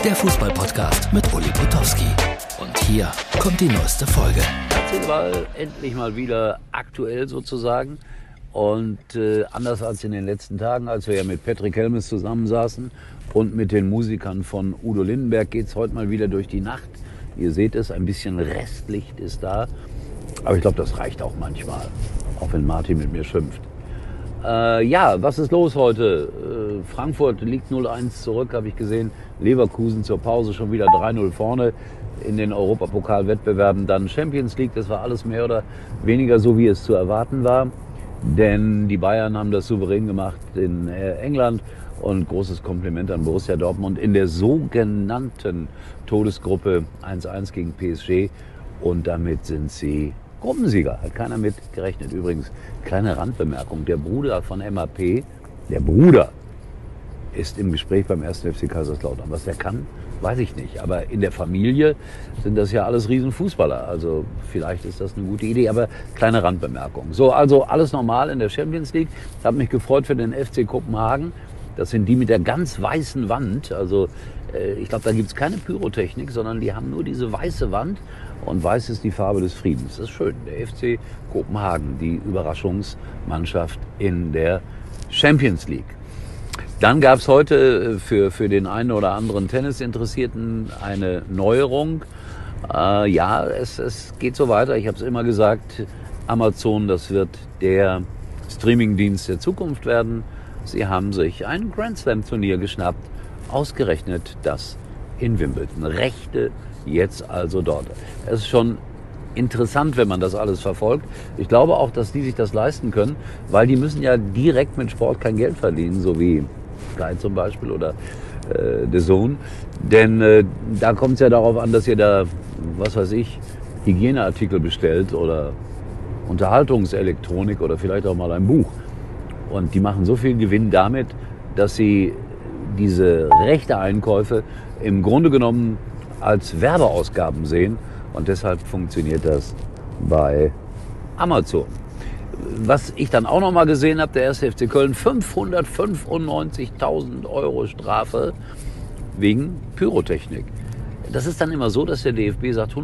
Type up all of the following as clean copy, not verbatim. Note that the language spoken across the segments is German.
der Fußball-Podcast mit Uli Potowski. Und hier kommt die neueste Folge. Herz, Ball, endlich mal wieder aktuell sozusagen. Und anders als in den letzten Tagen, als wir ja mit Patrick Helmes zusammensaßen und mit den Musikern von Udo Lindenberg, geht es heute mal wieder durch die Nacht. Ihr seht es, ein bisschen Restlicht ist da. Aber ich glaube, das reicht auch manchmal, auch wenn Martin mit mir schimpft. Was ist los heute? Frankfurt liegt 0-1 zurück, habe ich gesehen. Leverkusen zur Pause schon wieder 3-0 vorne in den Europapokalwettbewerben. Dann Champions League, das war alles mehr oder weniger so, wie es zu erwarten war. Denn die Bayern haben das souverän gemacht in England. Und großes Kompliment an Borussia Dortmund in der sogenannten Todesgruppe 1-1 gegen PSG. Und damit sind sie Gruppensieger. Hat keiner mit gerechnet. Übrigens, kleine Randbemerkung. Der Bruder von MAP, der Bruder, ist im Gespräch beim 1. FC Kaiserslautern. Was der kann, weiß ich nicht. Aber in der Familie sind das ja alles Riesenfußballer. Also vielleicht ist das eine gute Idee. Aber kleine Randbemerkung. So, also alles normal in der Champions League. Ich habe mich gefreut für den FC Kopenhagen. Das sind die mit der ganz weißen Wand. Also ich glaube, da gibt es keine Pyrotechnik, sondern die haben nur diese weiße Wand. Und weiß ist die Farbe des Friedens. Das ist schön. Der FC Kopenhagen, die Überraschungsmannschaft in der Champions League. Dann gab es heute für den einen oder anderen Tennisinteressierten eine Neuerung. Es geht so weiter. Ich habe es immer gesagt, Amazon, das wird der Streamingdienst der Zukunft werden. Sie haben sich ein Grand Slam Turnier geschnappt, ausgerechnet das in Wimbledon. Rechte jetzt also dort. Es ist schon interessant, wenn man das alles verfolgt. Ich glaube auch, dass die sich das leisten können, weil die müssen ja direkt mit Sport kein Geld verdienen, so wie Sky zum Beispiel oder The Zone. Denn da kommt es ja darauf an, dass ihr da, was weiß ich, Hygieneartikel bestellt oder Unterhaltungselektronik oder vielleicht auch mal ein Buch. Und die machen so viel Gewinn damit, dass sie diese Rechteeinkäufe im Grunde genommen als Werbeausgaben sehen. Und deshalb funktioniert das bei Amazon. Was ich dann auch noch mal gesehen habe, der 1. FC Köln, 595.000 Euro Strafe wegen Pyrotechnik. Das ist dann immer so, dass der DFB sagt,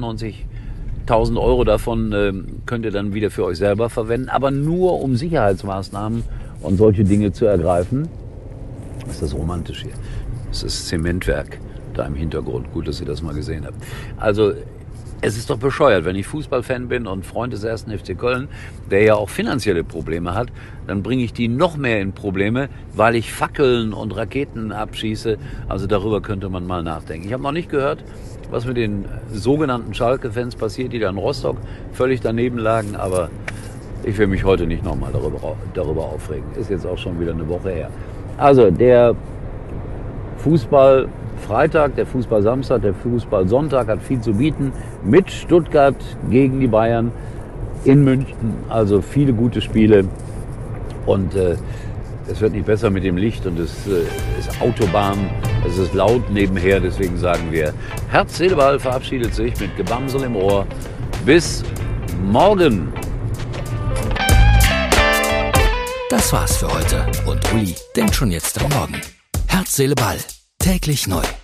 198.000 Euro davon könnt ihr dann wieder für euch selber verwenden, aber nur um Sicherheitsmaßnahmen und solche Dinge zu ergreifen. Was ist das romantisch hier? Das ist Zementwerk da im Hintergrund. Gut, dass ihr das mal gesehen habt. Also, es ist doch bescheuert, wenn ich Fußballfan bin und Freund des 1. FC Köln, der ja auch finanzielle Probleme hat, dann bringe ich die noch mehr in Probleme, weil ich Fackeln und Raketen abschieße. Also darüber könnte man mal nachdenken. Ich habe noch nicht gehört, was mit den sogenannten Schalke-Fans passiert, die da in Rostock völlig daneben lagen, aber ich will mich heute nicht nochmal darüber aufregen. Ist jetzt auch schon wieder eine Woche her. Also der Fußball Freitag, der Fußball Samstag, der Fußball Sonntag hat viel zu bieten. Mit Stuttgart gegen die Bayern in München. Also viele gute Spiele. Und es wird nicht besser mit dem Licht und es ist Autobahn. Es ist laut nebenher. Deswegen sagen wir, Herz, Seele, Ball verabschiedet sich mit Gebamsel im Ohr. Bis morgen. Das war's für heute. Und Uli denkt schon jetzt am Morgen. Herz, Seele, Ball. Täglich neu.